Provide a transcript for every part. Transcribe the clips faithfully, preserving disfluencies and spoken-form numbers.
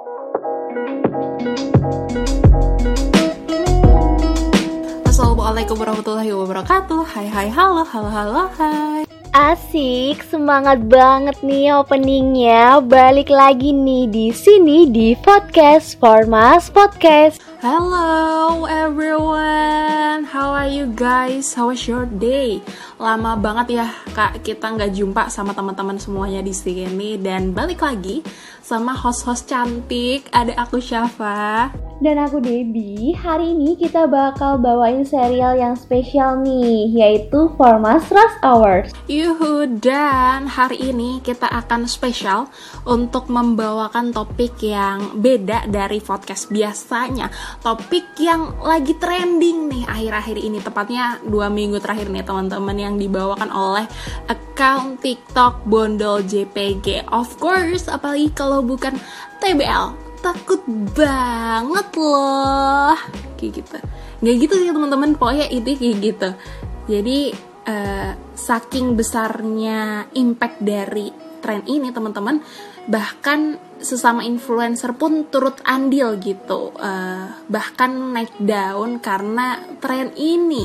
Assalamualaikum warahmatullahi wabarakatuh. Hai hai halo halo halo hai. Asik, semangat banget nih openingnya. Balik lagi nih di sini di podcast Formas Podcast. Hello everyone, how are you guys? How was your day? Lama banget ya kak kita nggak jumpa sama teman-teman semuanya di sini, dan balik lagi sama host-host cantik. Ada aku Syafa dan aku Debbie. Hari ini kita bakal bawain serial yang spesial nih, yaitu Formas Rush Hour. Yuhu, dan hari ini kita akan spesial untuk membawakan topik yang beda dari podcast biasanya. Topik yang lagi trending nih akhir-akhir ini, tepatnya dua minggu terakhir nih teman-teman, yang dibawakan oleh account TikTok Bondol J P G. Of course, apalagi kalau bukan T B L. Takut banget loh, kayak gitu. Nggak gitu sih teman-teman, pokoknya itu kayak gitu. Jadi uh, saking besarnya impact dari tren ini teman-teman, bahkan sesama influencer pun turut andil gitu, uh, bahkan naik daun karena tren ini.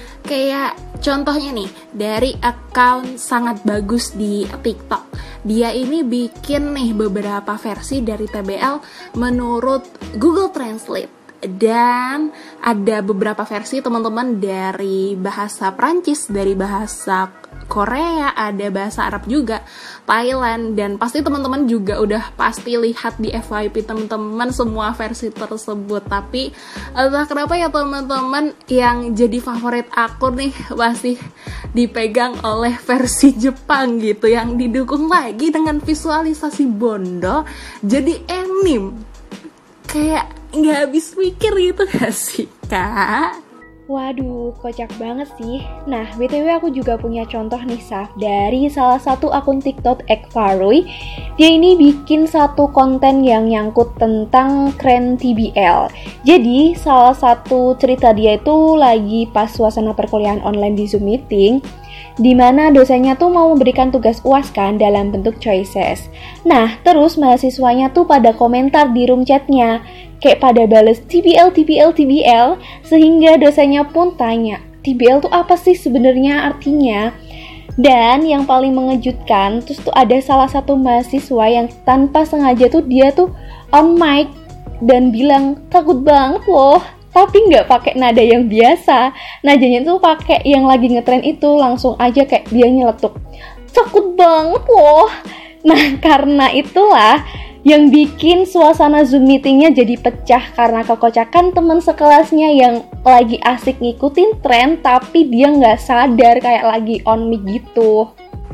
Kayak contohnya nih, dari account sangat bagus di TikTok. Dia ini bikin nih beberapa versi dari T B L menurut Google Translate. Dan ada beberapa versi teman-teman dari bahasa Prancis, dari bahasa Korea, ada bahasa Arab juga, Thailand, dan pasti teman-teman juga udah pasti lihat di F Y P teman-teman semua versi tersebut. Tapi entah kenapa ya teman-teman, yang jadi favorit aku nih masih dipegang oleh versi Jepang gitu, yang didukung lagi dengan visualisasi Bondo jadi anime. Kayak nggak habis pikir gitu gak sih kak? Waduh, kocak banget sih. Nah, B T W aku juga punya contoh nih, Saf, dari salah satu akun TikTok Ekfaroy. Dia ini bikin satu konten yang nyangkut tentang keren T B L. Jadi, salah satu cerita dia itu lagi pas suasana perkuliahan online di Zoom meeting, di mana dosennya tuh mau memberikan tugas U A S kan dalam bentuk choices. Nah, terus mahasiswanya tuh pada komentar di room chatnya, kayak pada bales T B L, T B L, T B L, sehingga dosennya pun tanya, T B L tuh apa sih sebenarnya artinya? Dan yang paling mengejutkan, terus tuh ada salah satu mahasiswa yang tanpa sengaja tuh dia tuh on mic dan bilang, takut banget loh. Tapi nggak pakai nada yang biasa, nadanya tuh pakai yang lagi ngetren itu, langsung aja kayak dia nyeletuk, takut banget loh. Nah, karena itulah yang bikin suasana Zoom meetingnya jadi pecah karena kekocakan teman sekelasnya yang lagi asik ngikutin tren, tapi dia nggak sadar kayak lagi on mic gitu.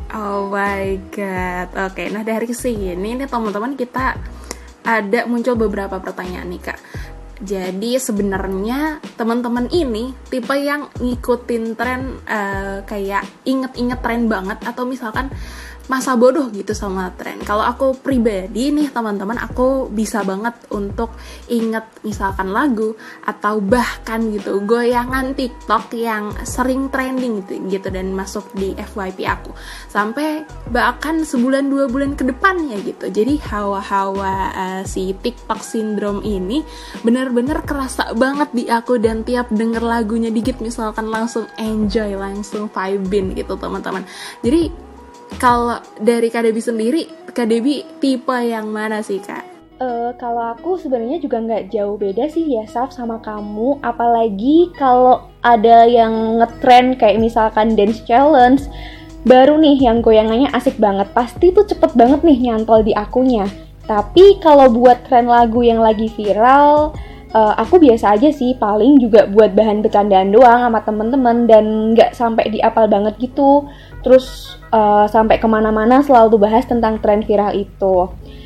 Oh my god. Oke, nah dari sini nih teman-teman, kita ada muncul beberapa pertanyaan nih kak. Jadi sebenarnya teman-teman ini tipe yang ngikutin tren, uh, kayak inget-inget tren banget, atau misalkan masa bodoh gitu sama tren. Kalau aku pribadi nih teman-teman, aku bisa banget untuk inget misalkan lagu atau bahkan gitu goyangan TikTok yang sering trending gitu, gitu dan masuk di F Y P aku sampai bahkan sebulan dua bulan ke depannya gitu. Jadi hawa-hawa uh, si TikTok syndrome ini bener-bener kerasa banget di aku, dan tiap denger lagunya dikit misalkan langsung enjoy, langsung vibin gitu teman-teman. Jadi kalau dari Kak Debbie sendiri, Kak Debbie tipe yang mana sih Kak? Uh, kalau aku sebenarnya juga nggak jauh beda sih ya Saf sama kamu. Apalagi kalau ada yang ngetrend kayak misalkan dance challenge, baru nih yang goyangannya asik banget, pasti tuh cepet banget nih nyantol di akunya. Tapi kalau buat tren lagu yang lagi viral, uh, aku biasa aja sih, paling juga buat bahan bercandaan doang sama temen-temen, dan nggak sampai diapal banget gitu. Terus uh, sampai kemana-mana selalu bahas tentang tren viral itu.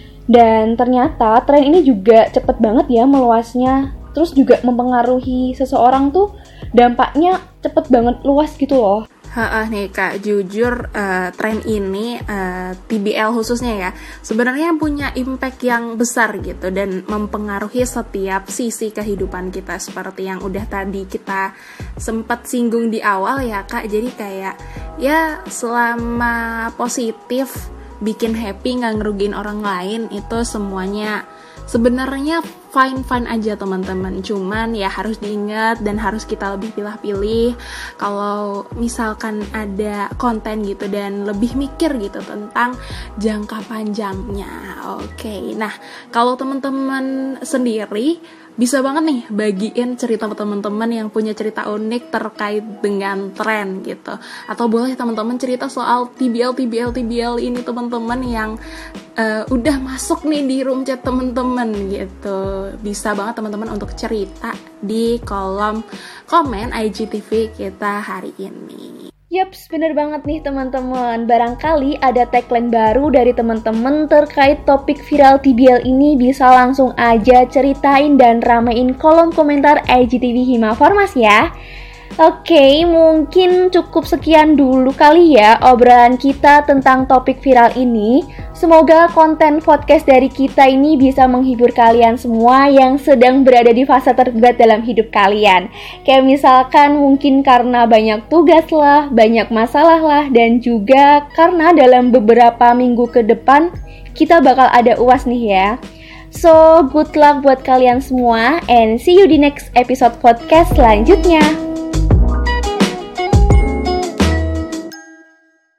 Dan ternyata tren ini juga cepet banget ya meluasnya. Terus juga mempengaruhi seseorang tuh dampaknya cepet banget luas gitu loh. Heeh nih Kak, jujur uh, tren ini uh, T B L khususnya ya, sebenarnya punya impact yang besar gitu dan mempengaruhi setiap sisi kehidupan kita, seperti yang udah tadi kita sempat singgung di awal ya Kak. Jadi kayak ya selama positif, bikin happy, nggak ngerugiin orang lain, itu semuanya sebenarnya fine-fine aja teman-teman, cuman ya harus diingat dan harus kita lebih pilih-pilih kalau misalkan ada konten gitu dan lebih mikir gitu tentang jangka panjangnya. Oke, nah kalau teman-teman sendiri bisa banget nih bagiin cerita teman-teman yang punya cerita unik terkait dengan tren gitu. Atau boleh teman-teman cerita soal T B L, T B L, T B L ini teman-teman yang uh, udah masuk nih di room chat teman-teman gitu. Bisa banget teman-teman untuk cerita di kolom komen I G T V kita hari ini. Yaps, bener banget nih teman-teman. Barangkali ada tagline baru dari teman-teman terkait topik viral T B L ini, bisa langsung aja ceritain dan ramein kolom komentar I G T V Hima Formas ya. Oke, mungkin cukup sekian dulu kali ya obrolan kita tentang topik viral ini. Semoga konten podcast dari kita ini bisa menghibur kalian semua yang sedang berada di fase terberat dalam hidup kalian. Kayak misalkan mungkin karena banyak tugas lah, banyak masalah lah, dan juga karena dalam beberapa minggu ke depan kita bakal ada U A S nih ya. So, good luck buat kalian semua and see you di next episode podcast selanjutnya.